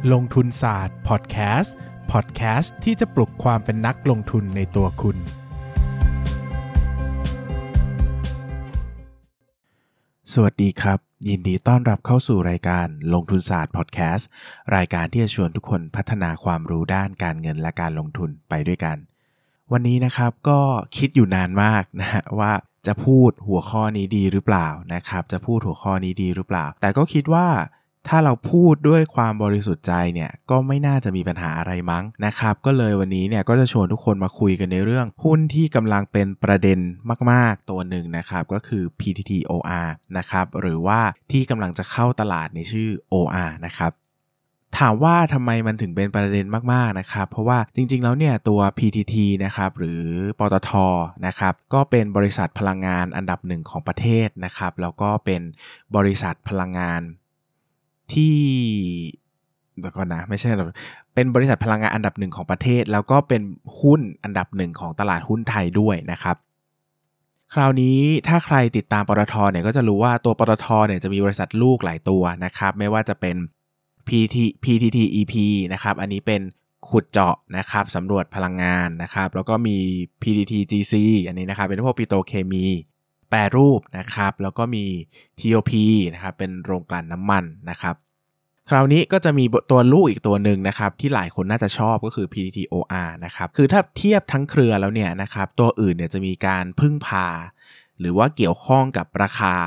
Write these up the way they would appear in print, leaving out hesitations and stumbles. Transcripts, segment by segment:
ลงทุนศาสตร์พอดแคสต์ที่จะปลุกความเป็นนักลงทุนในตัวคุณสวัสดีครับยินดีต้อนรับเข้าสู่รายการลงทุนศาสตร์พอดแคสต์รายการที่จะชวนทุกคนพัฒนาความรู้ด้านการเงินและการลงทุนไปด้วยกันวันนี้นะครับก็คิดอยู่นานมากนะว่าจะพูดหัวข้อนี้ดีหรือเปล่านะครับจะพูดหัวข้อนี้ดีหรือเปล่าแต่ก็คิดว่าถ้าเราพูดด้วยความบริสุทธิ์ใจเนี่ยก็ไม่น่าจะมีปัญหาอะไรมั้งนะครับก็เลยวันนี้เนี่ยก็จะชวนทุกคนมาคุยกันในเรื่องหุ้นที่กำลังเป็นประเด็นมากๆตัวหนึ่งนะครับก็คือ PTTOR นะครับหรือว่าที่กำลังจะเข้าตลาดในชื่อ OR นะครับถามว่าทำไมมันถึงเป็นประเด็นมากๆนะครับเพราะว่าจริงๆแล้วเนี่ยตัว PTT นะครับหรือปตท.นะครับก็เป็นบริษัทพลังงานอันดับหนึ่งของประเทศนะครับแล้วก็เป็นบริษัทพลังงานที่เดี๋ยวก่อนนะไม่ใช่หรอกเป็นบริษัทพลังงานอันดับหนึ่งของประเทศแล้วก็เป็นหุ้นอันดับหนึ่งของตลาดหุ้นไทยด้วยนะครับคราวนี้ถ้าใครติดตามปตท.เนี่ยก็จะรู้ว่าตัวปตท.เนี่ยจะมีบริษัทลูกหลายตัวนะครับไม่ว่าจะเป็น PTTEP นะครับอันนี้เป็นขุดเจาะนะครับสำรวจพลังงานนะครับแล้วก็มี PTTGC อันนี้นะครับเป็นพวกปิโตรเคมีแปรรูปนะครับแล้วก็มี TOP นะครับเป็นโรงกลั่นน้ำมันนะครับคราวนี้ก็จะมีตัวลูกอีกตัวหนึ่งนะครับที่หลายคนน่าจะชอบก็คือ PTTOR นะครับคือถ้าเทียบทั้งเครือแล้วเนี่ยนะครับตัวอื่นเนี่ยจะมีการพึ่งพาหรือว่าเกี่ยวข้องกับราคา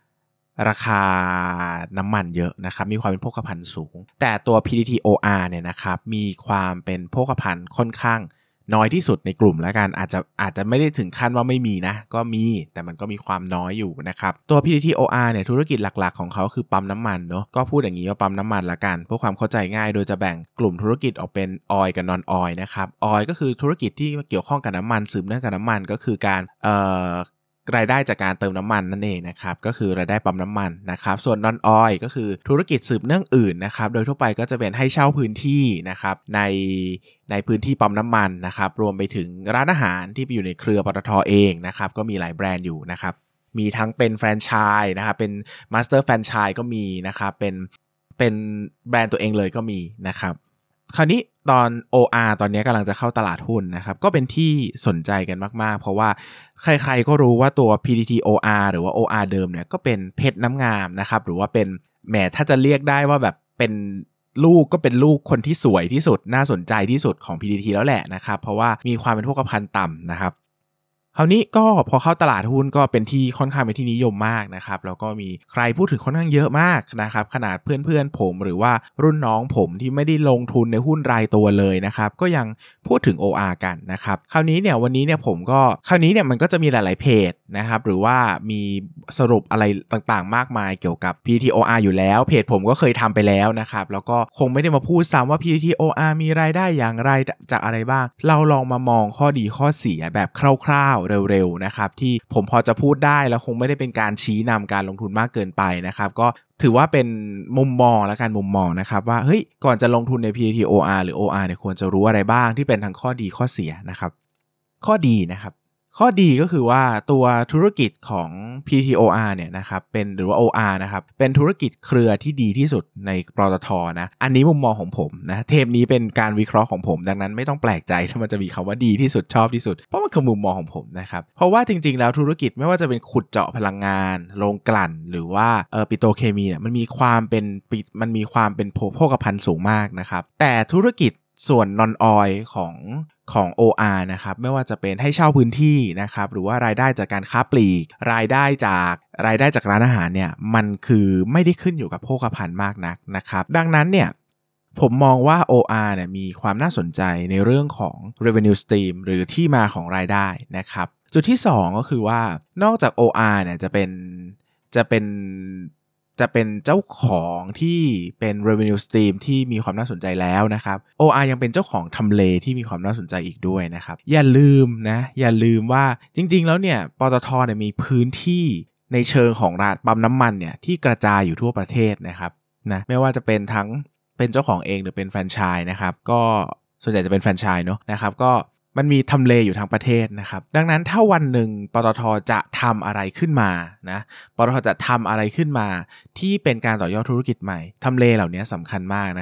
น้ำมันเยอะนะครับมีความเป็นโภคภัณฑ์สูงแต่ตัว PTTOR เนี่ยนะครับมีความเป็นโภคภัณฑ์ค่อนข้างน้อยที่สุดในกลุ่มแล้วกันอาจจะไม่ได้ถึงขั้นว่าไม่มีนะก็มีแต่มันก็มีความน้อยอยู่นะครับตัว PTTOR เนี่ยธุรกิจหลักๆของเขาคือปั๊มน้ำมันเนาะก็พูดอย่างนี้ว่าปั๊มน้ำมันละกันเพื่อความเข้าใจง่ายโดยจะแบ่งกลุ่มธุรกิจออกเป็นออยล์กับนอนออยล์นะครับออยล์ก็คือธุรกิจที่เกี่ยวข้องกับน้ำมันสืบเนื่องกับน้ำมันก็คือการรายได้จากการเติมน้ำมันนั่นเองนะครับก็คือรายได้ปั๊มน้ำมันนะครับส่วน non oil ก็คือธุรกิจสืบเนื่องอื่นนะครับโดยทั่วไปก็จะเป็นให้เช่าพื้นที่นะครับในพื้นที่ปั๊มน้ำมันนะครับรวมไปถึงร้านอาหารที่อยู่ในเครือปตท.เองนะครับก็มีหลายแบรนด์อยู่นะครับมีทั้งเป็นแฟรนไชส์นะครับเป็นมาสเตอร์แฟรนไชส์ก็มีนะครับเป็นแบรนด์ตัวเองเลยก็มีนะครับคราวนี้ตอน OR ตอนนี้กำลังจะเข้าตลาดหุ้นนะครับก็เป็นที่สนใจกันมากๆเพราะว่าใครๆก็รู้ว่าตัว PTTOR หรือว่า OR เดิมเนี่ยก็เป็นเพชรน้ำงามนะครับหรือว่าเป็นแหมถ้าจะเรียกได้ว่าแบบเป็นลูกก็เป็นลูกคนที่สวยที่สุดน่าสนใจที่สุดของ PTT แล้วแหละนะครับเพราะว่ามีความเป็นโภคภัณฑ์ต่ำนะครับคราวนี้ก็พอเข้าตลาดหุ้นก็เป็นที่ค่อนข้างเป็นที่นิยมมากนะครับแล้วก็มีใครพูดถึงค่อนข้างเยอะมากนะครับขนาดเพื่อนๆผมหรือว่ารุ่นน้องผมที่ไม่ได้ลงทุนในหุ้นรายตัวเลยนะครับก็ยังพูดถึง OR กันนะครับคราวนี้เนี่ยวันนี้เนี่ยมันก็จะมีหลายๆเพจนะครับหรือว่ามีสรุปอะไรต่างๆมากมายเกี่ยวกับ PTTOR อยู่แล้วเพจผมก็เคยทำไปแล้วนะครับแล้วก็คงไม่ได้มาพูดซ้ำว่า PTTOR มีรายได้อย่างไรจากอะไรบ้างเราลองมามองข้อดีข้อเสียแบบคร่าวๆเร็วๆนะครับที่ผมพอจะพูดได้แล้วคงไม่ได้เป็นการชี้นำการลงทุนมากเกินไปนะครับก็ถือว่าเป็นมุมมองและการมุมมองนะครับว่าเฮ้ยก่อนจะลงทุนใน PTTOR หรือ OR เนี่ยควรจะรู้อะไรบ้างที่เป็นทั้งข้อดีข้อเสียนะครับข้อดีนะครับข้อดีก็คือว่าตัวธุรกิจของ PTTOR เนี่ยนะครับเป็นหรือว่า OR นะครับเป็นธุรกิจเครือที่ดีที่สุดในปตท.นะอันนี้มุมมองของผมนะเทปนี้เป็นการวิเคราะห์ของผมดังนั้นไม่ต้องแปลกใจถ้ามันจะมีคำว่าดีที่สุดชอบที่สุดเพราะมันคือมุมมองของผมนะครับเพราะว่าจริงๆแล้วธุรกิจไม่ว่าจะเป็นขุดเจาะพลังงานโรงกลั่นหรือว่าปิโตรเคมีเนี่ยมันมีความเป็นโภคภัณฑ์สูงมากนะครับแต่ธุรกิจส่วน non oil ของ OR นะครับไม่ว่าจะเป็นให้เช่าพื้นที่นะครับหรือว่ารายได้จากการค้าปลีกรายได้จากร้านอาหารเนี่ยมันคือไม่ได้ขึ้นอยู่กับโภคภัณฑ์มากนักนะครับดังนั้นเนี่ยผมมองว่า OR เนี่ยมีความน่าสนใจในเรื่องของ revenue stream หรือที่มาของรายได้นะครับจุดที่2ก็คือว่านอกจาก OR เนี่ยจะเป็นเจ้าของที่เป็น revenue stream ที่มีความน่าสนใจแล้วนะครับ OR ยังเป็นเจ้าของทำเลที่มีความน่าสนใจอีกด้วยนะครับอย่าลืมว่าจริงๆแล้วเนี่ยปตท.เนี่ยมีพื้นที่ในเชิงของร้านปั๊มน้ำมันเนี่ยที่กระจายอยู่ทั่วประเทศนะครับนะไม่ว่าจะเป็นทั้งเป็นเจ้าของเองหรือเป็นแฟรนไชส์นะครับก็ส่วนใหญ่จะเป็นแฟรนไชส์เนาะนะครับก็มันมีทำเลอยู่ทั้งประเทศนะครับดังนั้นถ้าวันหนึ่งปตท.จะทำอะไรขึ้นมานะปตท.จะทำอะไรขึ้นมาที่เป็นการต่อยอดธุรกิจใหม่ทำเลเหล่านี้สำคัญมากนะครับ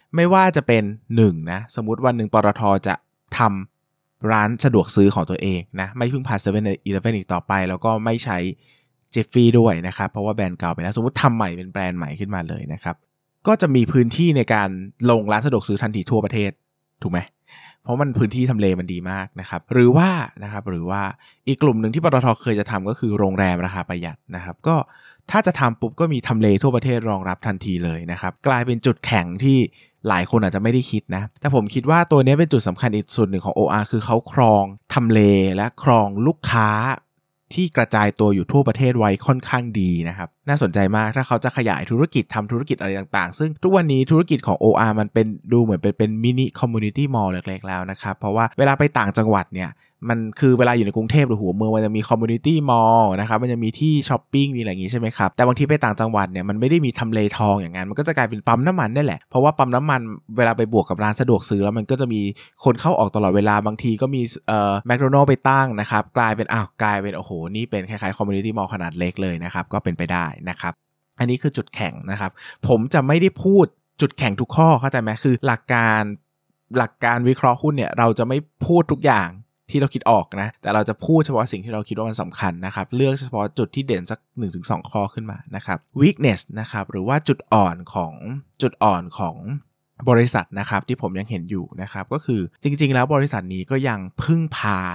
ไม่ว่าจะเป็น1นะสมมุติวันหนึ่งปตท.จะทำร้านสะดวกซื้อของตัวเองนะไม่พึ่งพา7-Eleven อีกต่อไปแล้วก็ไม่ใช้เจฟฟี่ด้วยนะครับเพราะว่าแบรนด์เก่าไปแล้วสมมุติทำใหม่เป็นแบรนด์ใหม่ขึ้นมาเลยนะครับก็จะมีพื้นที่ในการลงร้านสะดวกซื้อทันทีทั่วประเทศถูกไหมเพราะมันพื้นที่ทำเลมันดีมากนะครับหรือว่าอีกกลุ่มหนึ่งที่ปตท.เคยจะทำก็คือโรงแรมราคาประหยัดนะครับก็ถ้าจะทำปุ๊บก็มีทำเลทั่วประเทศรองรับทันทีเลยนะครับกลายเป็นจุดแข็งที่หลายคนอาจจะไม่ได้คิดนะแต่ผมคิดว่าตัวนี้เป็นจุดสำคัญอีกส่วนหนึ่งของ OR คือเขาครองทำเลและครองลูกค้าที่กระจายตัวอยู่ทั่วประเทศไว้ค่อนข้างดีนะครับน่าสนใจมากถ้าเขาจะขยายธุรกิจทำธุรกิจอะไรต่างๆซึ่งทุกวันนี้ธุรกิจของ OR มันเป็นดูเหมือนเป็นมินิคอมมูนิตี้มอลล์เล็กๆแล้วนะครับเพราะว่าเวลาไปต่างจังหวัดเนี่ยมันคือเวลาอยู่ในกรุงเทพหรือหัวเมืองมันจะมีคอมมูนิตี้มอลล์นะครับมันจะมีที่ช้อปปิ้งมีอะไรอย่างงี้ใช่ไหมครับแต่บางทีไปต่างจังหวัดเนี่ยมันไม่ได้มีทำเลทองอย่างนั้นมันก็จะกลายเป็นปั๊มน้ำมันนี่แหละเพราะว่าปั๊มน้ำมันเวลาไปบวกกับร้านสะดวกซื้อแล้วมันก็จะมีคนเข้าออกตลอดเวลาบางทีก็มีแมคโดนัลด์ไปตั้งนะครับกลายเป็นโอ้โหนี่เป็นคล้ายๆคอมมูนิตี้มอลล์ขนาดเล็กเลยนะครับก็เป็นไปได้นะครับอันนี้คือจุดแข็งนะครับผมจะไม่ได้พูดจุดแข็งทุกข้อเข้าใจไหมคือหลักการวิเคราะห์หุ้นเนี่ยเราจะไม่พูดทุกอย่างที่เราคิดออกนะแต่เราจะพูดเฉพาะสิ่งที่เราคิดว่ามันสำคัญนะครับเลือกเฉพาะจุดที่เด่นสัก 1-2 ข้อขึ้นมานะครับ weakness นะครับหรือว่าจุดอ่อนของบริษัทนะครับที่ผมยังเห็นอยู่นะครับก็คือจริงๆแล้วบริษัทนี้ก็ยังพึ่งพา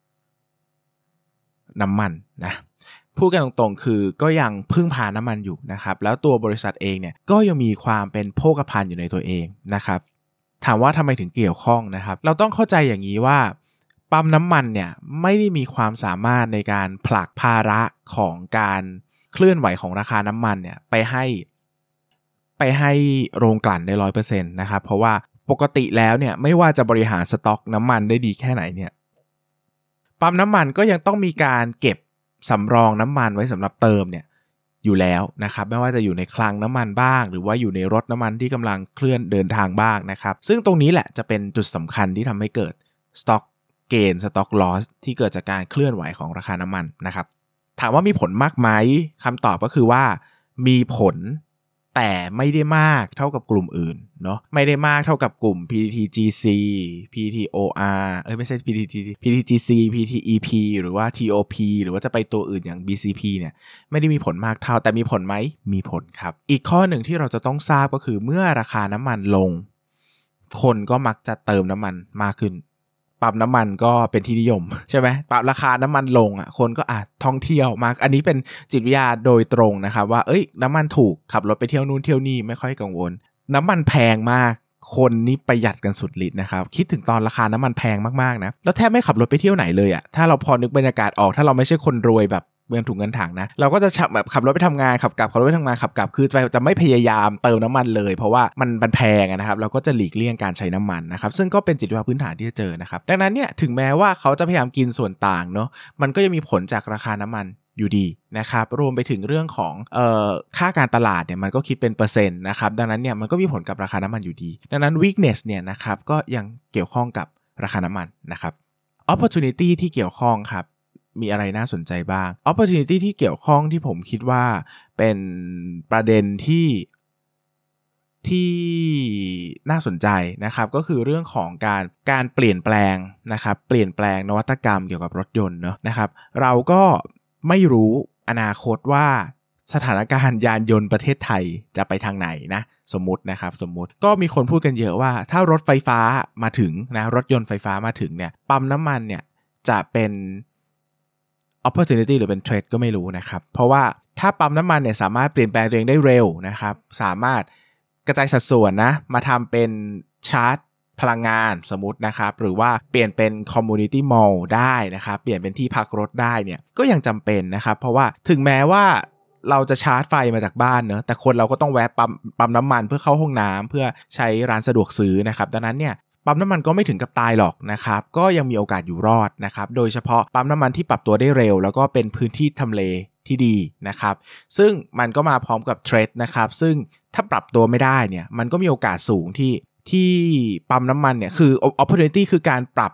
น้ำมันนะพูดกันตรงๆคือก็ยังพึ่งพาน้ำมันอยู่นะครับแล้วตัวบริษัทเองเนี่ยก็ยังมีความเป็นโภคภัณฑ์อยู่ในตัวเองนะครับถามว่าทำไมถึงเกี่ยวข้องนะครับเราต้องเข้าใจอย่างนี้ว่าปั๊มน้ำมันเนี่ยไม่ได้มีความสามารถในการผลักภาระของการเคลื่อนไหวของราคาน้ำมันเนี่ยไปให้โรงกลั่นได้ 100% นะครับเพราะว่าปกติแล้วเนี่ยไม่ว่าจะบริหารสต็อกน้ำมันได้ดีแค่ไหนเนี่ยปั๊มน้ำมันก็ยังต้องมีการเก็บสำรองน้ำมันไว้สำหรับเติมเนี่ยอยู่แล้วนะครับไม่ว่าจะอยู่ในคลังน้ำมันบ้างหรือว่าอยู่ในรถน้ำมันที่กำลังเคลื่อนเดินทางบ้างนะครับซึ่งตรงนี้แหละจะเป็นจุดสำคัญที่ทำให้เกิดสต็อกเกนสต็อกลอสที่เกิดจากการเคลื่อนไหวของราคาน้ำมันนะครับถามว่ามีผลมากไหมคำตอบก็คือว่ามีผลแต่ไม่ได้มากเท่ากับกลุ่มอื่นเนาะไม่ได้มากเท่ากับกลุ่ม PTTGC PTOR ไม่ใช่ PTGC PTEP หรือว่า TOP หรือว่าจะไปตัวอื่นอย่าง BCP เนี่ยไม่ได้มีผลมากเท่าแต่มีผลไหมมีผลครับอีกข้อหนึ่งที่เราจะต้องทราบก็คือเมื่อราคาน้ำมันลงคนก็มักจะเติมน้ำมันมากขึ้นปั๊มน้ำมันก็เป็นที่นิยมใช่ไหมปั๊มราคาน้ำมันลงคนก็ท่องเที่ยวมากอันนี้เป็นจิตวิทยาโดยตรงนะครับว่าน้ำมันถูกขับรถไปเที่ยวนู่นเที่ยวนี่ไม่ค่อยกังวลน้ำมันแพงมากคนนี่ประหยัดกันสุดฤทธิ์นะครับคิดถึงตอนราคาน้ำมันแพงมากๆนะแล้วแทบไม่ขับรถไปเที่ยวไหนเลยถ้าเราพอนึกบรรยากาศออกถ้าเราไม่ใช่คนรวยแบบเงินถุงเงินถังนะเราก็จะแบบขับรถไปทำงานขับกลับขับรถไปทำงานขับกลับคือจะไม่พยายามเติมน้ำมันเลยเพราะว่ามันแพงนะครับเราก็จะหลีกเลี่ยงการใช้น้ำมันนะครับซึ่งก็เป็นจิตวิทยาพื้นฐานที่จะเจอนะครับดังนั้นเนี่ยถึงแม้ว่าเขาจะพยายามกินส่วนต่างเนาะมันก็ยังมีผลจากราคาน้ำมันอยู่ดีนะครับรวมไปถึงเรื่องของค่าการตลาดเนี่ยมันก็คิดเป็นเปอร์เซ็นต์นะครับดังนั้นเนี่ยมันก็มีผลกับราคาน้ำมันอยู่ดีดังนั้น weakness เนี่ยนะครับก็ยังเกี่ยวข้องกับราคาน้ำมันนะครับ opportunity ที่เกี่ยวข้องครับมีอะไรน่าสนใจบ้าง opportunity ที่เกี่ยวข้องที่ผมคิดว่าเป็นประเด็นที่น่าสนใจนะครับก็คือเรื่องของการเปลี่ยนแปลงนะครับเปลี่ยนแปลงนวัตกรรมเกี่ยวกับรถยนต์เนาะนะครับเราก็ไม่รู้อนาคตว่าสถานการณ์ยานยนต์ประเทศไทยจะไปทางไหนนะสมมติก็มีคนพูดกันเยอะว่าถ้ารถไฟฟ้ามาถึงนะรถยนต์ไฟฟ้ามาถึงเนี่ยปั๊มน้ำมันเนี่ยจะเป็น opportunity หรือเป็น threat ก็ไม่รู้นะครับเพราะว่าถ้าปั๊มน้ำมันเนี่ยสามารถเปลี่ยนแปลงตัวเองได้เร็วนะครับสามารถกระจายสัดส่วนนะมาทำเป็นชาร์จพลังงานสมมตินะครับหรือว่าเปลี่ยนเป็น community mall ได้นะครับเปลี่ยนเป็นที่พักรถได้เนี่ยก็ยังจำเป็นนะครับเพราะว่าถึงแม้ว่าเราจะชาร์จไฟมาจากบ้านเนอะแต่คนเราก็ต้องแวะปั๊มน้ำมันเพื่อเข้าห้องน้ำเพื่อใช้ร้านสะดวกซื้อนะครับดังนั้นเนี่ยปั๊มน้ำมันก็ไม่ถึงกับตายหรอกนะครับก็ยังมีโอกาสอยู่รอดนะครับโดยเฉพาะปั๊มน้ำมันที่ปรับตัวได้เร็วแล้วก็เป็นพื้นที่ทำเลที่ดีนะครับซึ่งมันก็มาพร้อมกับเทรดนะครับซึ่งถ้าปรับตัวไม่ได้เนี่ยมันก็มีโอกาสสูงที่ปั๊มน้ำมันเนี่ยคือ opportunity คือการปรับ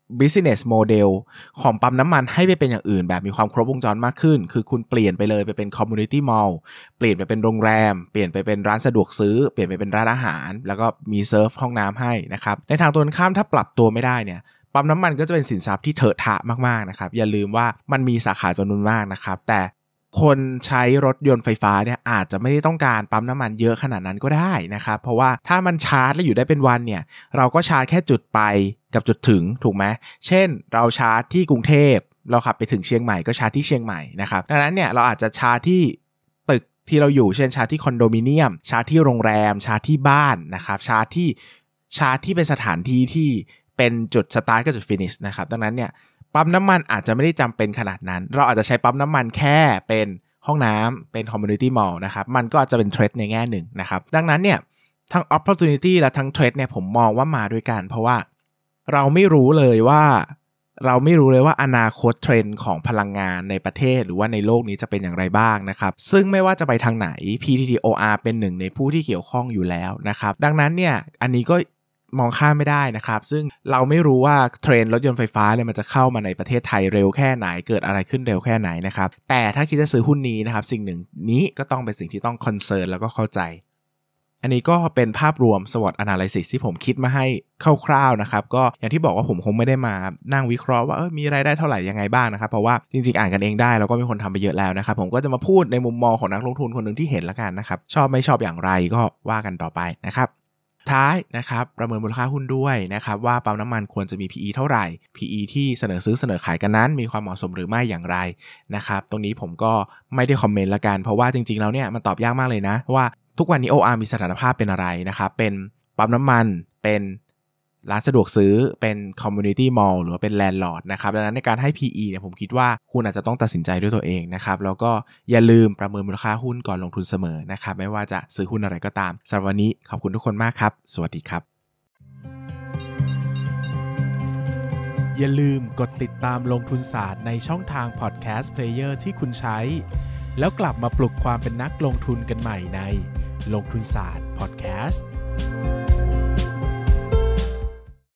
business model ของปั๊มน้ำมันให้ไปเป็นอย่างอื่นแบบมีความครบวงจรมากขึ้นคือคุณเปลี่ยนไปเลยไปเป็น community mall เปลี่ยนไปเป็นโรงแรมเปลี่ยนไปเป็นร้านสะดวกซื้อเปลี่ยนไปเป็นร้านอาหารแล้วก็มีเซิร์ฟห้องน้ำให้นะครับในทางตรงข้ามถ้าปรับตัวไม่ได้เนี่ยปั๊มน้ำมันก็จะเป็นสินทรัพย์ที่เถอะทะมากๆนะครับอย่าลืมว่ามันมีสาขาจำนวนมากนะครับแต่คนใช้รถยนต์ไฟฟ้าเนี่ยอาจจะไม่ได้ต้องการปั๊มน้ำมันเยอะขนาดนั้นก็ได้นะครับเพราะว่าถ้ามันชาร์จแล้วอยู่ได้เป็นวันเนี่ยเราก็ชาร์จแค่จุดไปกับจุดถึงถูกไหมเช่นเราชาร์จที่กรุงเทพเราขับไปถึงเชียงใหม่ก็ชาร์จที่เชียงใหม่นะครับดังนั้นเนี่ยเราอาจจะชาร์จที่ตึกที่เราอยู่เช่นชาร์จที่คอนโดมิเนียมชาร์จที่โรงแรมชาร์จที่บ้านนะครับชาร์จที่เป็นสถานที่ที่เป็นจุดสตาร์ทกับจุดฟินิชนะครับดังนั้นเนี่ยปั๊มน้ำมันอาจจะไม่ได้จำเป็นขนาดนั้นเราอาจจะใช้ปั๊มน้ำมันแค่เป็นห้องน้ำเป็น community mall นะครับมันก็อาจจะเป็นเทรดในแง่หนึ่งนะครับดังนั้นเนี่ยทั้ง opportunity และทั้งเทรดเนี่ยผมมองว่ามาด้วยกันเพราะว่าเราไม่รู้เลยว่าอนาคตเทรนด์ของพลังงานในประเทศหรือว่าในโลกนี้จะเป็นอย่างไรบ้างนะครับซึ่งไม่ว่าจะไปทางไหน PTTOR เป็นหนึ่งในผู้ที่เกี่ยวข้องอยู่แล้วนะครับดังนั้นเนี่ยอันนี้ก็มองข้ามไม่ได้นะครับซึ่งเราไม่รู้ว่าเทรนด์รถยนต์ไฟฟ้าเนี่ยมันจะเข้ามาในประเทศไทยเร็วแค่ไหนเกิดอะไรขึ้นเร็วแค่ไหนนะครับแต่ถ้าคิดจะซื้อหุ้นนี้นะครับสิ่งหนึ่งนี้ก็ต้องเป็นสิ่งที่ต้องคอนเซิร์นแล้วก็เข้าใจอันนี้ก็เป็นภาพรวม SWOT Analysis ที่ผมคิดมาให้คร่าวๆนะครับก็อย่างที่บอกว่าผมคงไม่ได้มานั่งวิเคราะห์ว่ามีรายได้เท่าไหร่ยังไงบ้างนะครับเพราะว่าจริงๆอ่านกันเองได้แล้วก็มีคนทำไปเยอะแล้วนะครับผมก็จะมาพูดในมุมมองของนักลงทุนคนหนึ่งที่เห็นละกันนะครับชอบไม่ชอบอย่างไรก็ว่ากันต่อไปนะครับท้ายนะครับประเมินมูลค่าหุ้นด้วยนะครับว่าปั๊มน้ำมันควรจะมี PE เท่าไหร่ PE ที่เสนอซื้อเสนอขายกันนั้นมีความเหมาะสมหรือไม่อย่างไรนะครับตรงนี้ผมก็ไม่ได้คอมเมนต์ละกันเพราะว่าจริงๆแล้วเนี่ยมันตอบยากมากเลยนะว่าทุกวันนี้ OR มีสถานภาพเป็นอะไรนะครับเป็นปั๊มน้ำมันเป็นร้านสะดวกซื้อเป็น community mall หรือว่าเป็น landlord นะครับดังนั้นในการให้ PE เนี่ยผมคิดว่าคุณอาจจะต้องตัดสินใจด้วยตัวเองนะครับแล้วก็อย่าลืมประเมินมูลค่าหุ้นก่อนลงทุนเสมอนะครับไม่ว่าจะซื้อหุ้นอะไรก็ตามสำหรับวันนี้ขอบคุณทุกคนมากครับสวัสดีครับอย่าลืมกดติดตามลงทุนศาสตร์ในช่องทาง podcast player ที่คุณใช้แล้วกลับมาปลุกความเป็นนักลงทุนกันใหม่ในลงทุนศาสตร์ podcast